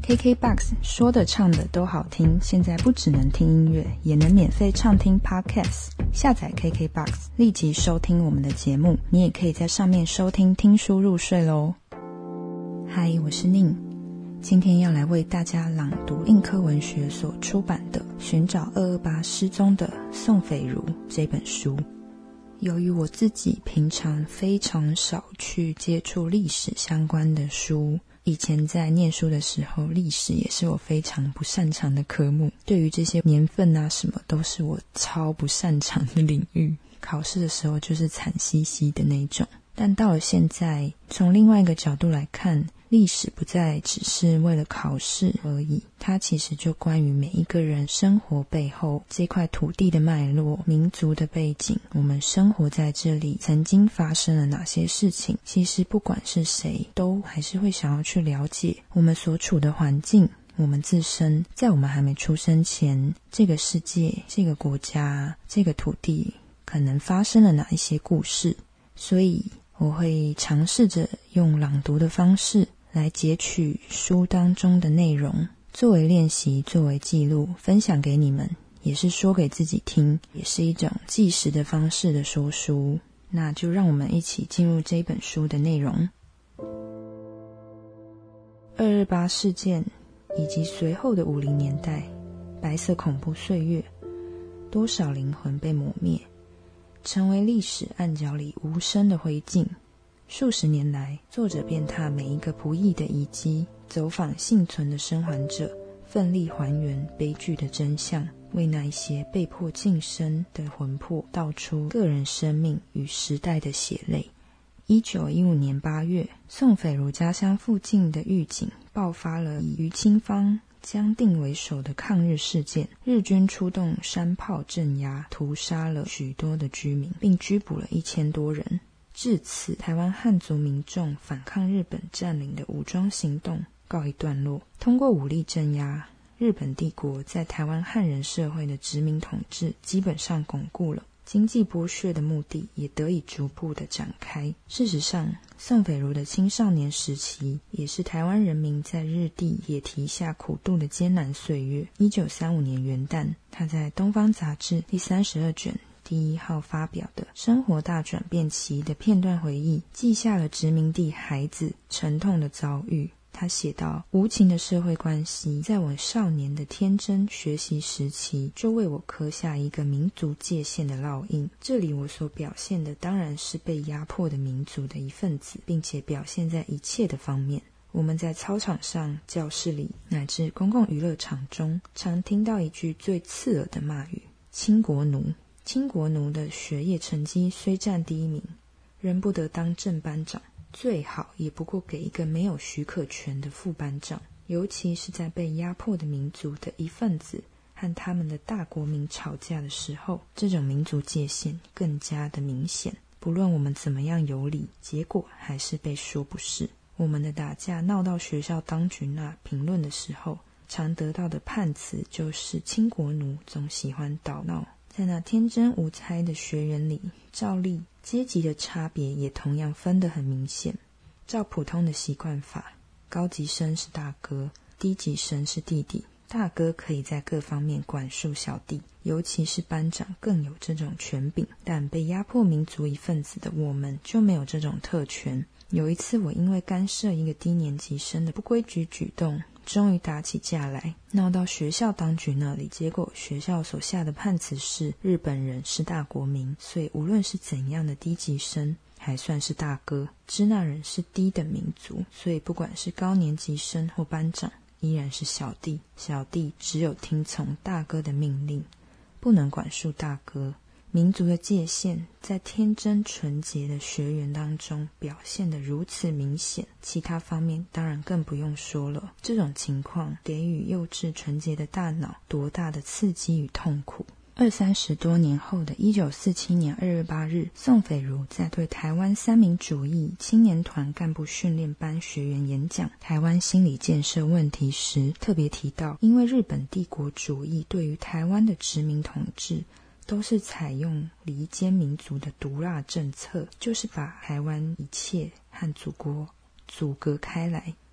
KKBOX 说的唱的都好听，现在不只能听音乐，也能免费畅听 Podcast。 下载 KKBOX 立即收听我们的节目，你也可以在上面收听听书入睡咯。嗨，我是宁，今天要来为大家朗读印刻文学所出版的《寻找228失踪的宋斐如》这本书。由于我自己平常非常少去接触历史相关的书，以前在念书的时候，历史也是我非常不擅长的科目，对于这些年份啊什么都是我超不擅长的领域，考试的时候就是惨兮兮的那种。但到了现在，从另外一个角度来看，历史不再只是为了考试而已，它其实就关于每一个人生活背后这块土地的脉络、民族的背景，我们生活在这里曾经发生了哪些事情。其实不管是谁，都还是会想要去了解我们所处的环境，我们自身在我们还没出生前，这个世界、这个国家、这个土地可能发生了哪一些故事。所以我会尝试着用朗读的方式来截取书当中的内容，作为练习，作为记录，分享给你们，也是说给自己听，也是一种纪实的方式的说书。那就让我们一起进入这本书的内容。228事件以及随后的50年代，白色恐怖岁月，多少灵魂被抹灭，成为历史暗角里无声的灰烬。数十年来，作者遍踏每一个不易的遗迹，走访幸存的生还者，奋力还原悲剧的真相，为那一些被迫晋升的魂魄道出个人生命与时代的血泪。1915年8月，宋斐如家乡附近的玉井爆发了以于清芳、江定为首的抗日事件，日军出动山炮镇压，屠杀了许多的居民，并拘捕了1000多人。至此，台湾汉族民众反抗日本占领的武装行动告一段落。通过武力镇压，日本帝国在台湾汉人社会的殖民统治基本上巩固了，经济剥削的目的也得以逐步的展开。事实上，宋斐如的青少年时期也是台湾人民在日帝野蹄下苦度的艰难岁月。1935年元旦，他在《东方杂志》第32卷第1号发表的《生活大转变期》的片段回忆，记下了殖民地孩子沉痛的遭遇。他写道：无情的社会关系在我少年的天真学习时期就为我刻下一个民族界限的烙印。这里我所表现的当然是被压迫的民族的一份子，并且表现在一切的方面。我们在操场上、教室里乃至公共娱乐场中，常听到一句最刺耳的骂语：清国奴。清国奴的学业成绩虽占第1名，仍不得当正班长，最好也不过给一个没有许可权的副班长。尤其是在被压迫的民族的一份子和他们的大国民吵架的时候，这种民族界限更加的明显。不论我们怎么样有理，结果还是被说不是。我们的打架闹到学校当局那评论的时候，常得到的判词就是清国奴总喜欢捣闹。在那天真无猜的学员里，照例阶级的差别也同样分得很明显。照普通的习惯法，高级生是大哥，低级生是弟弟。大哥可以在各方面管束小弟，尤其是班长更有这种权柄，但被压迫民族一份子的我们就没有这种特权。有一次，我因为干涉一个低年级生的不规矩举动，终于打起架来，闹到学校当局那里。结果学校所下的判词是日本人是大国民，所以无论是怎样的低级生还算是大哥，支那人是低等民族，所以不管是高年级生或班长依然是小弟，小弟只有听从大哥的命令，不能管束大哥。民族的界限在天真纯洁的学员当中表现得如此明显，其他方面当然更不用说了。这种情况给予幼稚纯洁的大脑多大的刺激与痛苦。20-30多年后的1947年2月8日，宋斐如在对台湾三民主义青年团干部训练班学员演讲台湾心理建设问题时，特别提到，因为日本帝国主义对于台湾的殖民统治都是采用离间民族的毒辣政策，就是把台湾一切和祖国阻隔开来，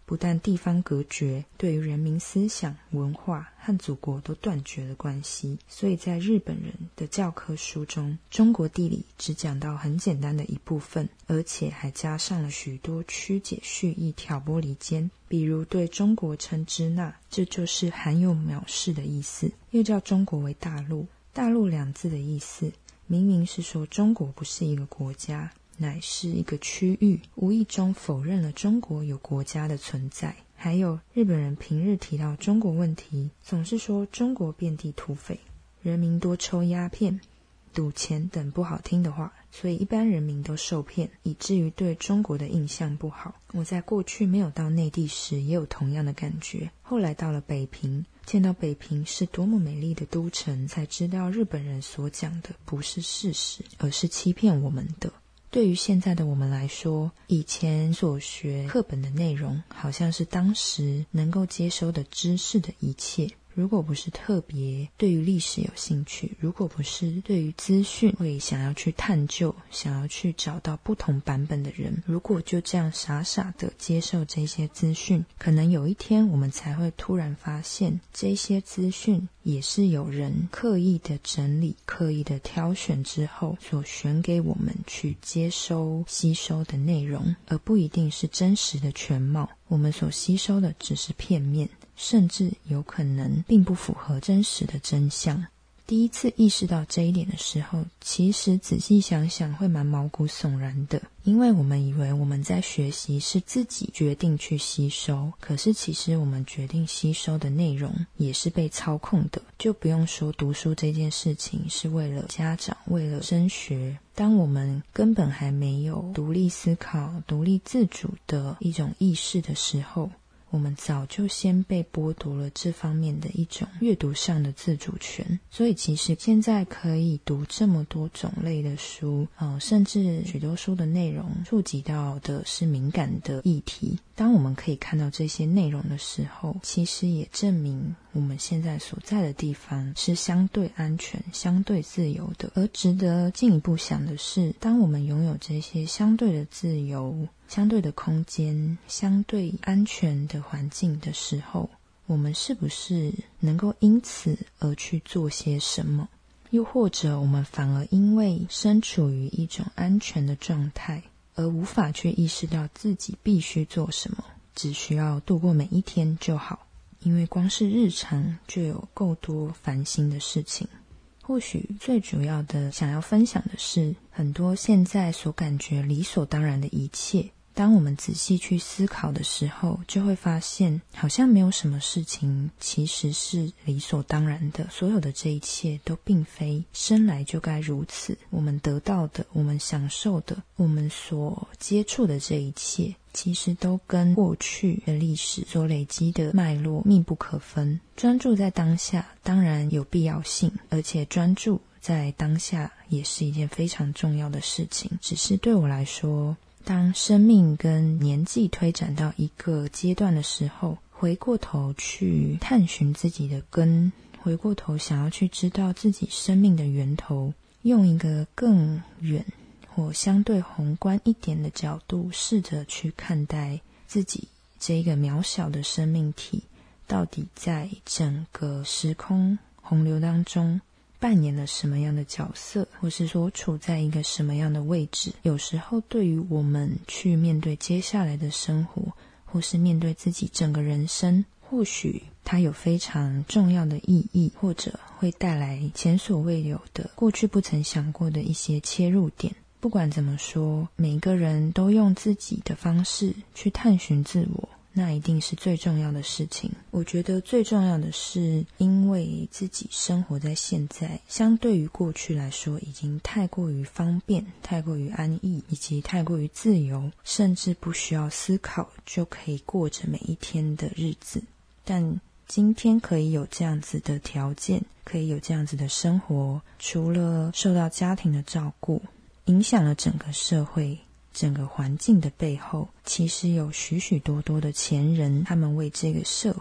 不但地方隔绝，对于人民思想、文化和祖国都断绝了关系。所以在日本人的教科书中，中国地理只讲到很简单的一部分，而且还加上了许多曲解蓄意、挑拨离间。比如对中国称支那，这就是含有藐视的意思，又叫中国为大陆。大陆两字的意思明明是说中国不是一个国家，乃是一个区域，无意中否认了中国有国家的存在。还有日本人平日提到中国问题，总是说中国遍地土匪，人民多抽鸦片、赌钱等不好听的话，所以一般人民都受骗，以至于对中国的印象不好。我在过去没有到内地时也有同样的感觉，后来到了北平，见到北平是多么美丽的都城，才知道日本人所讲的不是事实，而是欺骗我们的。对于现在的我们来说，以前所学课本的内容好像是当时能够接收的知识的一切。如果不是特别对于历史有兴趣，如果不是对于资讯会想要去探究，想要去找到不同版本的人，如果就这样傻傻的接受这些资讯，可能有一天我们才会突然发现，这些资讯也是有人刻意的整理、刻意的挑选之后所选给我们去接收、吸收的内容，而不一定是真实的全貌。我们所吸收的只是片面，甚至有可能并不符合真实的真相。第一次意识到这一点的时候，其实仔细想想会蛮毛骨悚然的，因为我们以为我们在学习是自己决定去吸收，可是其实我们决定吸收的内容也是被操控的。就不用说读书这件事情是为了家长，为了升学，当我们根本还没有独立思考、独立自主的一种意识的时候，我们早就先被剥夺了这方面的一种阅读上的自主权。所以其实现在可以读这么多种类的书，甚至许多书的内容触及到的是敏感的议题。当我们可以看到这些内容的时候，其实也证明我们现在所在的地方是相对安全、相对自由的。而值得进一步想的是，当我们拥有这些相对的自由、相对的空间、相对安全的环境的时候，我们是不是能够因此而去做些什么？又或者我们反而因为身处于一种安全的状态，而无法去意识到自己必须做什么，只需要度过每一天就好，因为光是日常就有够多烦心的事情。或许最主要的想要分享的是，很多现在所感觉理所当然的一切，当我们仔细去思考的时候，就会发现好像没有什么事情其实是理所当然的，所有的这一切都并非生来就该如此。我们得到的，我们享受的，我们所接触的这一切，其实都跟过去的历史所累积的脉络密不可分。专注在当下当然有必要性，而且专注在当下也是一件非常重要的事情。只是对我来说，当生命跟年纪推展到一个阶段的时候，回过头去探寻自己的根，回过头想要去知道自己生命的源头，用一个更远或相对宏观一点的角度，试着去看待自己这个渺小的生命体，到底在整个时空洪流当中扮演了什么样的角色，或是说处在一个什么样的位置。有时候对于我们去面对接下来的生活，或是面对自己整个人生，或许它有非常重要的意义，或者会带来前所未有的、过去不曾想过的一些切入点。不管怎么说，每个人都用自己的方式去探寻自我，那一定是最重要的事情。我觉得最重要的是，因为自己生活在现在，相对于过去来说已经太过于方便，太过于安逸，以及太过于自由，甚至不需要思考就可以过着每一天的日子。但今天可以有这样子的条件，可以有这样子的生活，除了受到家庭的照顾，影响了整个社会、整个环境的背后，其实有许许多多的前人，他们为这个社会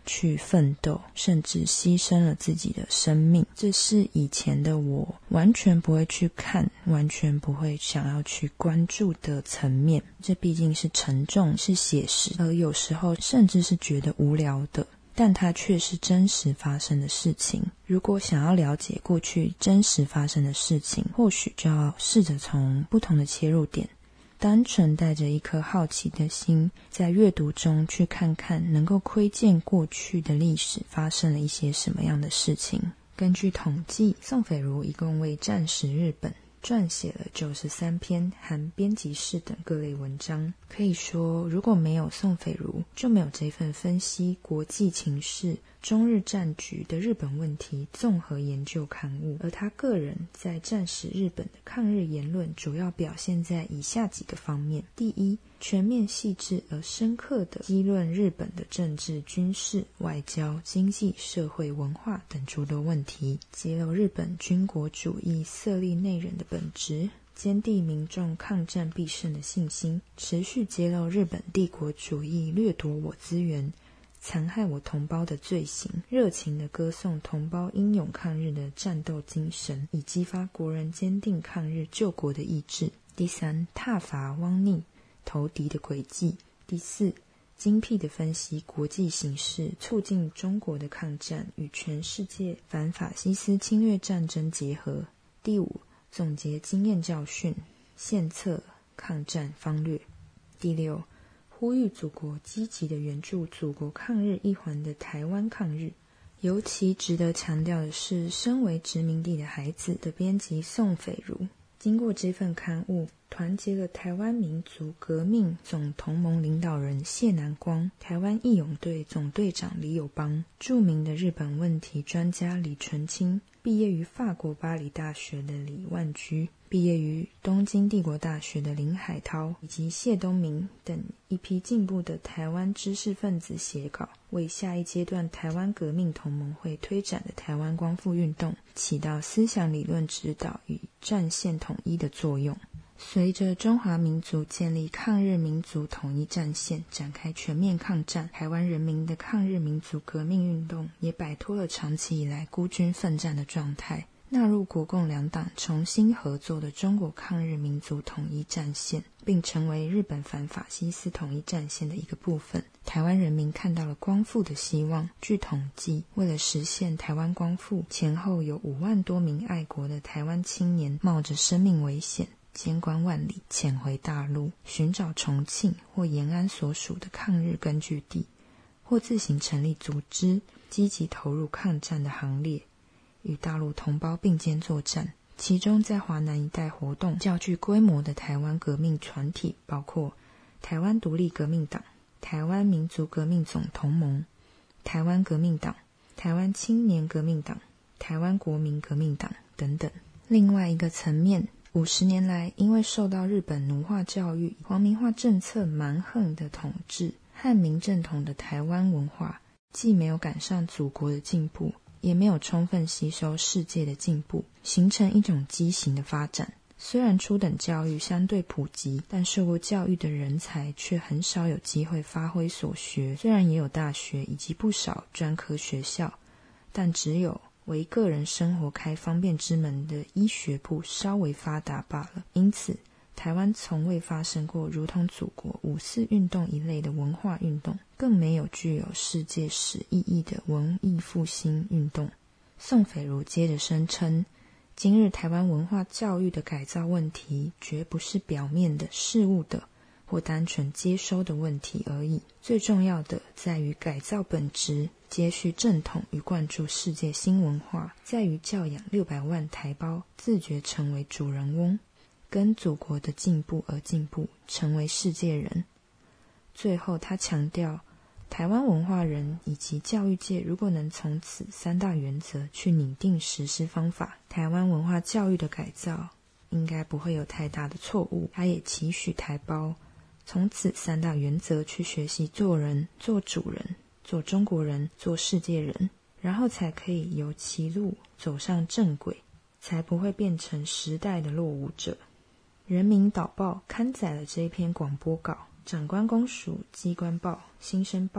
去奋斗，甚至牺牲了自己的生命。这是以前的我完全不会去看，完全不会想要去关注的层面。这毕竟是沉重，是写实，而有时候甚至是觉得无聊的，但它却是真实发生的事情。如果想要了解过去真实发生的事情，或许就要试着从不同的切入点，单纯带着一颗好奇的心，在阅读中去看看能够窥见过去的历史发生了一些什么样的事情。根据统计，宋斐如一共为战时日本撰写了93篇含编辑室等各类文章。可以说，如果没有宋斐如，就没有这份分析国际情势、中日战局的日本问题综合研究刊物。而他个人在战时日本的抗日言论主要表现在以下几个方面：第一，全面细致而深刻地激论日本的政治、军事、外交、经济、社会、文化等诸多问题，揭露日本军国主义色厉内荏的本质，坚定民众抗战必胜的信心，持续揭露日本帝国主义掠夺我资源、残害我同胞的罪行，热情地歌颂同胞英勇抗日的战斗精神，以激发国人坚定抗日救国的意志。第三，挞伐汪逆、投敌的诡计。第四，精辟地分析国际形势，促进中国的抗战与全世界反法西斯侵略战争结合。第五，总结经验教训，献策抗战方略。第六，呼吁祖国积极地援助祖国抗日一环的台湾抗日。尤其值得强调的是，身为殖民地的孩子的编辑宋斐如，经过这份刊物，团结了台湾民族革命总同盟领导人谢南光、台湾义勇队总队长李友邦、著名的日本问题专家李纯清，毕业于法国巴黎大学的李万居，毕业于东京帝国大学的林海涛以及谢东明等一批进步的台湾知识分子写稿，为下一阶段台湾革命同盟会推展的台湾光复运动起到思想理论指导与战线统一的作用。随着中华民族建立抗日民族统一战线，展开全面抗战，台湾人民的抗日民族革命运动也摆脱了长期以来孤军奋战的状态，纳入国共两党重新合作的中国抗日民族统一战线，并成为日本反法西斯统一战线的一个部分。台湾人民看到了光复的希望。据统计，为了实现台湾光复，前后有5万多名爱国的台湾青年冒着生命危险，千关万里潜回大陆，寻找重庆或延安所属的抗日根据地，或自行成立组织，积极投入抗战的行列，与大陆同胞并肩作战。其中在华南一带活动较具规模的台湾革命团体包括台湾独立革命党、台湾民族革命总同盟、台湾革命党、台湾青年革命党、台湾国民革命党等等。另外一个层面，50年来，因为受到日本奴化教育、皇民化政策蛮横的统治，汉民正统的台湾文化既没有赶上祖国的进步，也没有充分吸收世界的进步，形成一种畸形的发展。虽然初等教育相对普及，但受过教育的人才却很少有机会发挥所学。虽然也有大学以及不少专科学校，但只有为个人生活开方便之门的医学部稍微发达罢了。因此，台湾从未发生过如同祖国5·4运动一类的文化运动，更没有具有世界史意义的文艺复兴运动。宋斐如接着声称，今日台湾文化教育的改造问题绝不是表面的事物的或单纯接收的问题而已，最重要的在于改造本质，接续正统与灌注世界新文化，在于教养600万台胞自觉成为主人翁，跟祖国的进步而进步，成为世界人。最后他强调，台湾文化人以及教育界如果能从此3大原则去拟定实施方法，台湾文化教育的改造应该不会有太大的错误。他也期许台胞从此3大原则去学习做人、做主人、做中国人、做世界人，然后才可以由歧路走上正轨，才不会变成时代的落伍者。人民导报刊载了这一篇广播稿，长官公署、机关报、新生报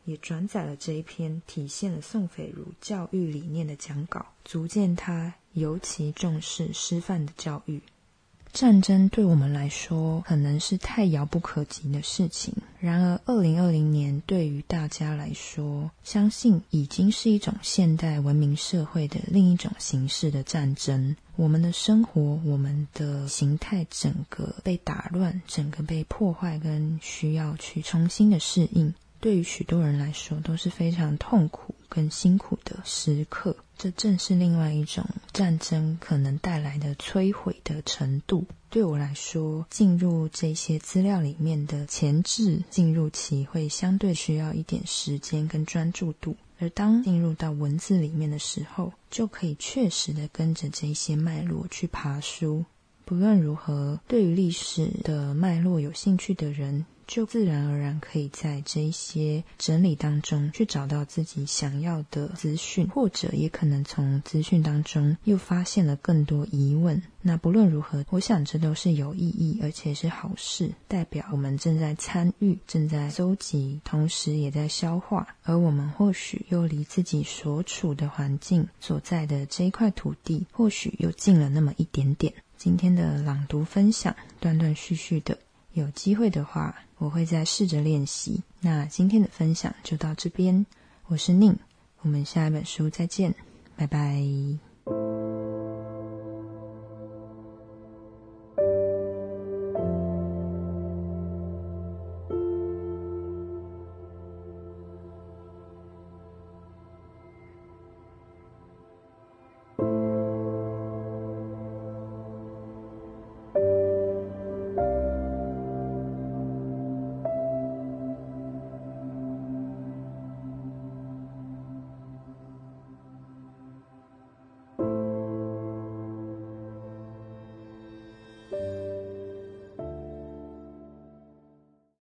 也转载了这一篇体现了宋斐如教育理念的讲稿，足见他尤其重视师范的教育。战争对我们来说可能是太遥不可及的事情，然而2020年对于大家来说，相信已经是一种现代文明社会的另一种形式的战争。我们的生活，我们的形态整个被打乱，整个被破坏，跟需要去重新的适应，对于许多人来说都是非常痛苦跟辛苦的时刻。这正是另外一种战争可能带来的摧毁的程度。对我来说，进入这些资料里面的前置进入期会相对需要一点时间跟专注度，而当进入到文字里面的时候，就可以确实的跟着这些脉络去爬书。不论如何，对于历史的脉络有兴趣的人，就自然而然可以在这一些整理当中去找到自己想要的资讯，或者也可能从资讯当中又发现了更多疑问。那不论如何，我想这都是有意义而且是好事，代表我们正在参与，正在搜集，同时也在消化，而我们或许又离自己所处的环境所在的这一块土地或许又近了那么一点点。今天的朗读分享断断续续的，有机会的话我会再试着练习。那今天的分享就到这边，我是宁，我们下一本书再见，拜拜。